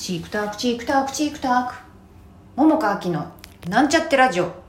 チークタクチークタクチークタク桃佳明のなんちゃってラジオ。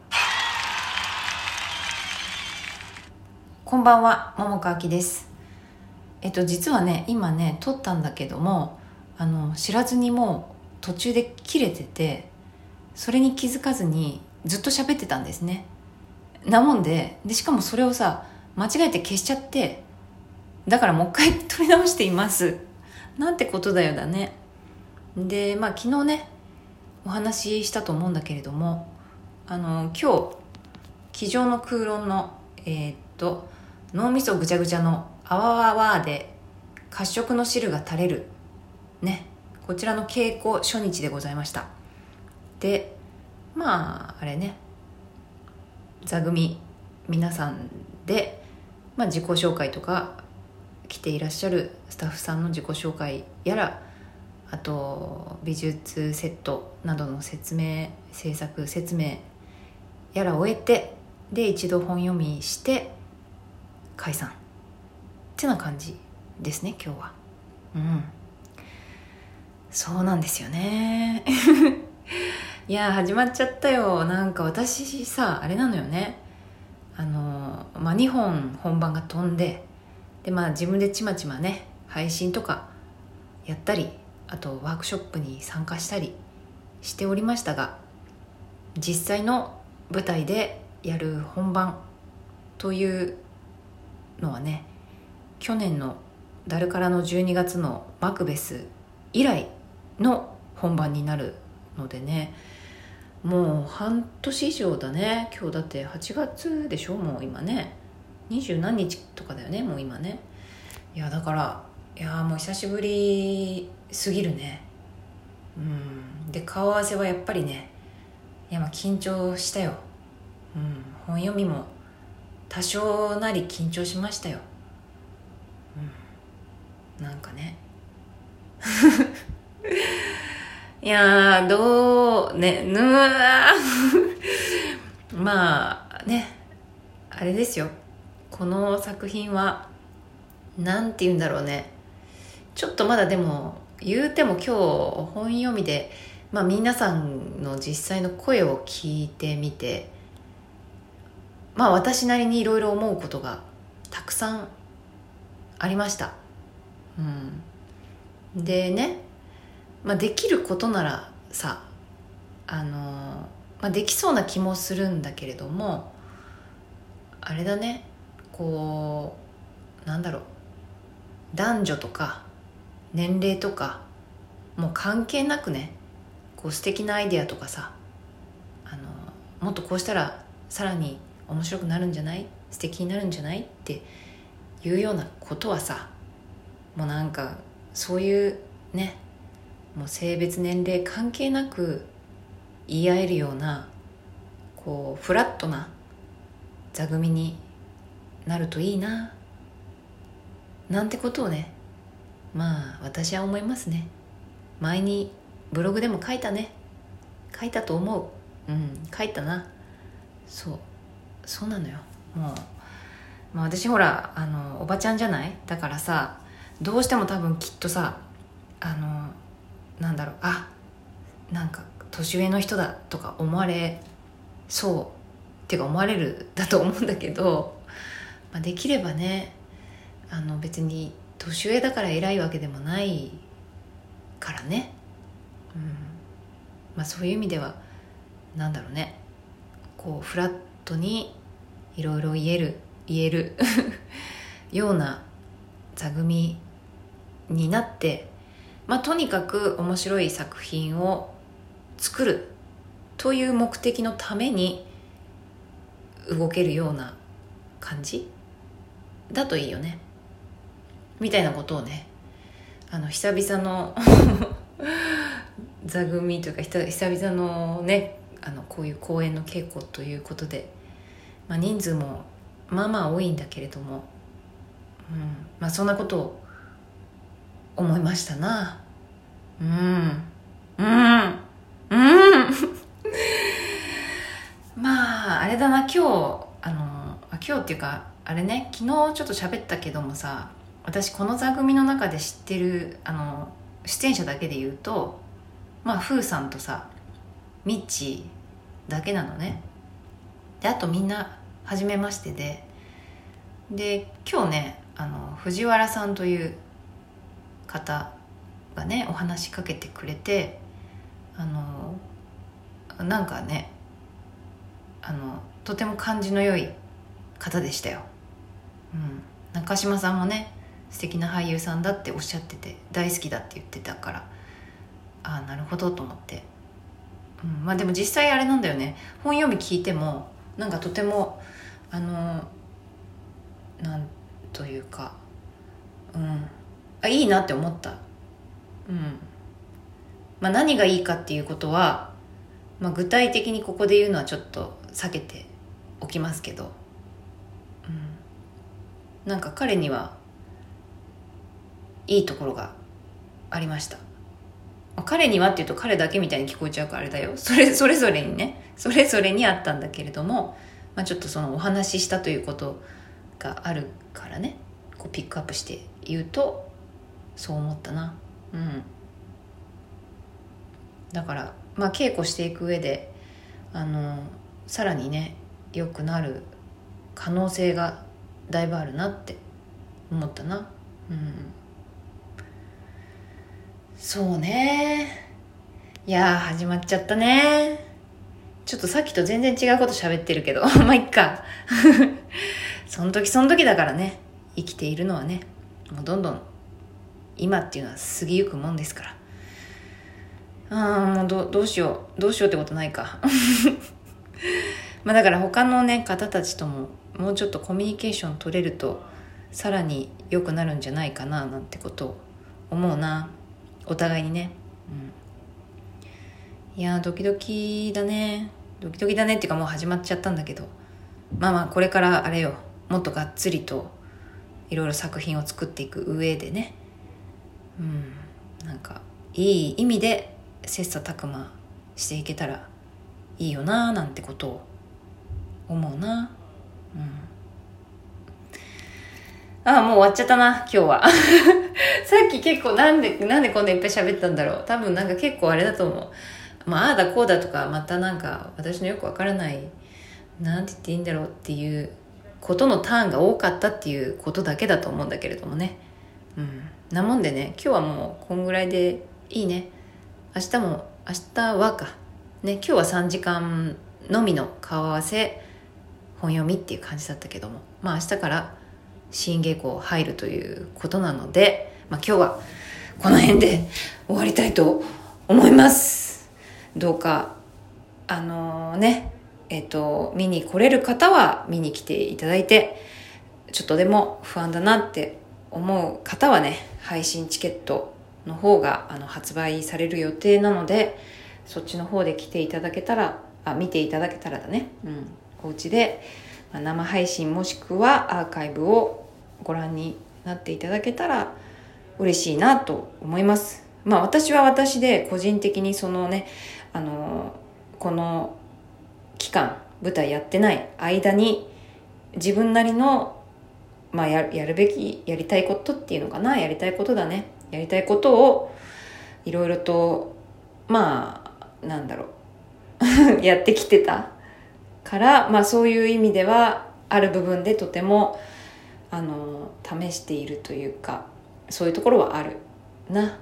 こんばんは、桃佳明です。実はね今ね撮ったんだけども知らずにもう途中で切れてて、それに気づかずにずっと喋ってたんですね。なもんでしかもそれをさ間違えて消しちゃって、だからもう一回撮り直していますなんてことだよだね。で昨日ねお話ししたと思うんだけれども、今日机上の空論の脳みそぐちゃぐちゃのあわわわで褐色の汁が垂れるね、こちらの稽古初日でございました。であれね、座組皆さんで、自己紹介とか来ていらっしゃるスタッフさんの自己紹介やら、あと美術セットなどの制作説明やら終えて、で一度本読みして解散ってな感じですね今日は。そうなんですよねいや始まっちゃったよ。なんか私さあれなのよね、2本本番が飛んで、自分でちまちまね配信とかやったり、あとワークショップに参加したりしておりましたが、実際の舞台でやる本番というのはね、去年のダルカラの12月のマクベス以来の本番になるのでね、もう半年以上だね。今日だって8月でしょ、もう今ね20何日とかだよね、もう今ね。いやだからもう久しぶりすぎるね。で顔合わせはやっぱりね、緊張したよ。本読みも多少なり緊張しましたよ。なんかねいやどうねあれですよ、この作品はなんて言うんだろうね、ちょっとまだでも言うても今日本読みで、皆さんの実際の声を聞いてみて、私なりにいろいろ思うことがたくさんありました。でね、できることならさできそうな気もするんだけれども、あれだね、こうなんだろう、男女とか年齢とかもう関係なくね、こう素敵なアイデアとかさ、もっとこうしたらさらに面白くなるんじゃない、素敵になるんじゃないっていうようなことはさ、もうなんかそういうね、もう性別年齢関係なく言い合えるような、こうフラットな座組になるといいななんてことをね、私は思いますね。前にブログでも書いたと思う。書いたな。そうなのよ。もう、私ほらおばちゃんじゃない。だからさ、どうしても多分きっとさなんか年上の人だとか思われそうっていうか思われるだと思うんだけど、できればね別に年上だから偉いわけでもないからね。そういう意味ではなんだろうね、こうフラットにいろいろ言えるような座組になって、とにかく面白い作品を作るという目的のために動けるような感じだといいよね、みたいなことをね、久々の座組というか久々のねこういう公演の稽古ということで、人数も多いんだけれども、そんなことを思いましたな。あれだな、今日っていうかあれね、昨日ちょっと喋ったけどもさ、私この座組の中で知ってる出演者だけで言うとまあフーさんとさミッチーだけなのね。であとみんな初めましてで今日ね藤原さんという方がねお話しかけてくれて、なんかねとても感じの良い方でしたよ。中島さんもね素敵な俳優さんだっておっしゃってて大好きだって言ってたから、ああなるほどと思って、まあでも実際あれなんだよね、本読み聞いてもなんかとてもなんというか、いいなって思った。まあ何がいいかっていうことは、まあ、具体的にここで言うのはちょっと避けておきますけど、なんか彼にはいいところがありました。彼にはっていうと彼だけみたいに聞こえちゃうからあれだよ、それぞれにねそれぞれにあったんだけれども、まあ、ちょっとそのお話ししたということがあるからね、こうピックアップして言うとそう思ったな。だからまあ稽古していく上でさらにね良くなる可能性がだいぶあるなって思ったな。そうね。いやー始まっちゃったね。ちょっとさっきと全然違うこと喋ってるけどまあいっかその時だからね、生きているのはねもうどんどん今っていうのは過ぎゆくもんですから、もうどうしようってことないかまあだから他のね方たちとももうちょっとコミュニケーション取れるとさらに良くなるんじゃないかななんてことを思うな、お互いにね。いやドキドキだねっていうかもう始まっちゃったんだけど、まあこれからあれよ、もっとがっつりといろいろ作品を作っていく上でね、なんかいい意味で切磋琢磨していけたらいいよななんてことを思うな。もう終わっちゃったな今日はさっき結構なんでこんないっぱい喋ったんだろう。多分なんか結構あれだと思う。まあああだこうだとかまたなんか私のよくわからないなんて言っていいんだろうっていうことのターンが多かったっていうことだけだと思うんだけれどもね。なもんでね今日はもうこんぐらいでいいね。明日はかね、今日は3時間のみの顔合わせ本読みっていう感じだったけども、まあ明日から新稽古入るということなので、まあ今日はこの辺で終わりたいと思います。どうか見に来れる方は見に来ていただいて、ちょっとでも不安だなって思う方はね配信チケットの方が発売される予定なので、そっちの方で来ていただけたら見ていただけたらだね、お家で生配信もしくはアーカイブをご覧になっていただけたら嬉しいなと思います。まあ私は私で個人的にそのねこの期間舞台やってない間に自分なりのやるべきやりたいことっていうのかな、やりたいことをいろいろとやってきてたから、そういう意味ではある部分でとても試しているというか、そういうところはあるな。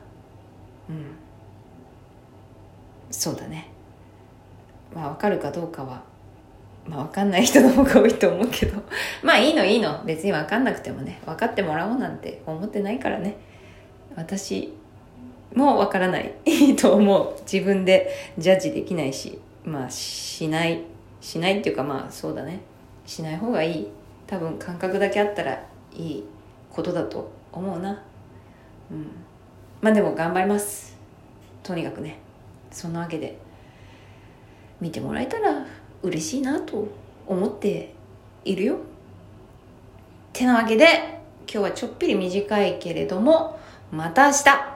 そうだね。分かるかどうかは分かんない人の方が多いと思うけどいいの別に分かんなくてもね、分かってもらおうなんて思ってないからね。私も分からないと思う。自分でジャッジできないし、しないっていうかそうだね、しない方がいい。多分感覚だけあったらいいことだと思うな。でも頑張ります。とにかくね、そんなわけで見てもらえたら嬉しいなと思っているよ。てなわけで今日はちょっぴり短いけれども、また明日。